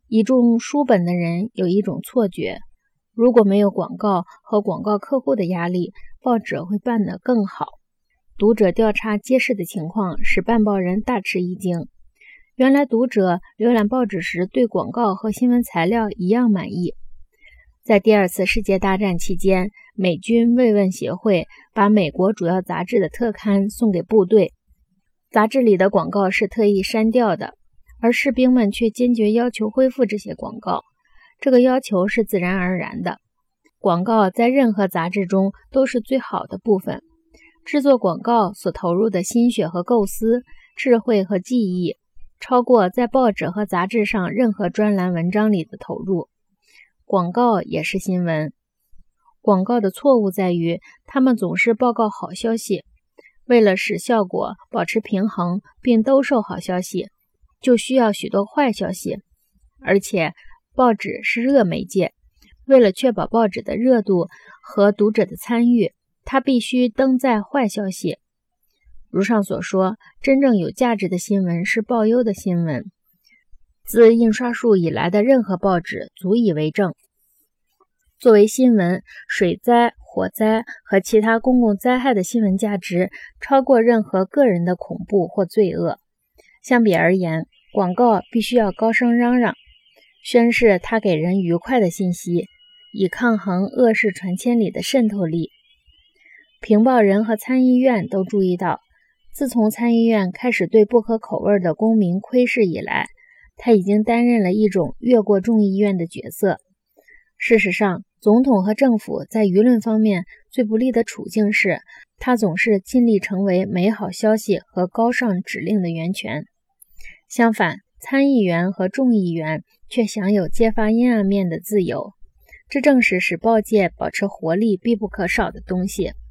倚重书本的人有一种错觉，如果没有广告和广告客户的压力，报纸会办得更好。读者调查揭示的情况使办报人大吃一惊。原来读者浏览报纸时对广告和新闻材料一样满意。在第二次世界大战期间，美军慰问协会把美国主要杂志的特刊送给部队，杂志里的广告是特意删掉的，而士兵们却坚决要求恢复这些广告。这个要求是自然而然的。广告在任何杂志中都是最好的部分。制作广告所投入的心血和构思、智慧和技艺，超过在报纸和杂志上任何专栏文章里的投入。广告也是新闻。广告的错误在于，他们总是报告好消息。为了使效果保持平衡并兜售好消息，就需要许多坏消息。而且，报纸是热媒介，为了确保报纸的热度和读者的参与，它必须登载坏消息。如上所说，真正有价值的新闻是报忧的新闻。自印刷术以来的任何报纸足以为证。作为新闻，水灾、火灾和其他公共灾害的新闻价值超过任何个人的恐怖或罪恶。相比而言，广告必须要高声嚷嚷，宣示它给人愉快的信息，以抗衡恶事传千里的渗透力。评报人和参议院都注意到，自从参议院开始对不合口味的公民窥视以来，他已经担任了一种越过众议院的角色。事实上，总统和政府在舆论方面最不利的处境是，他总是尽力成为美好消息和高尚指令的源泉。相反，参议员和众议员却享有揭发阴暗面的自由，这正是使报界保持活力必不可少的东西。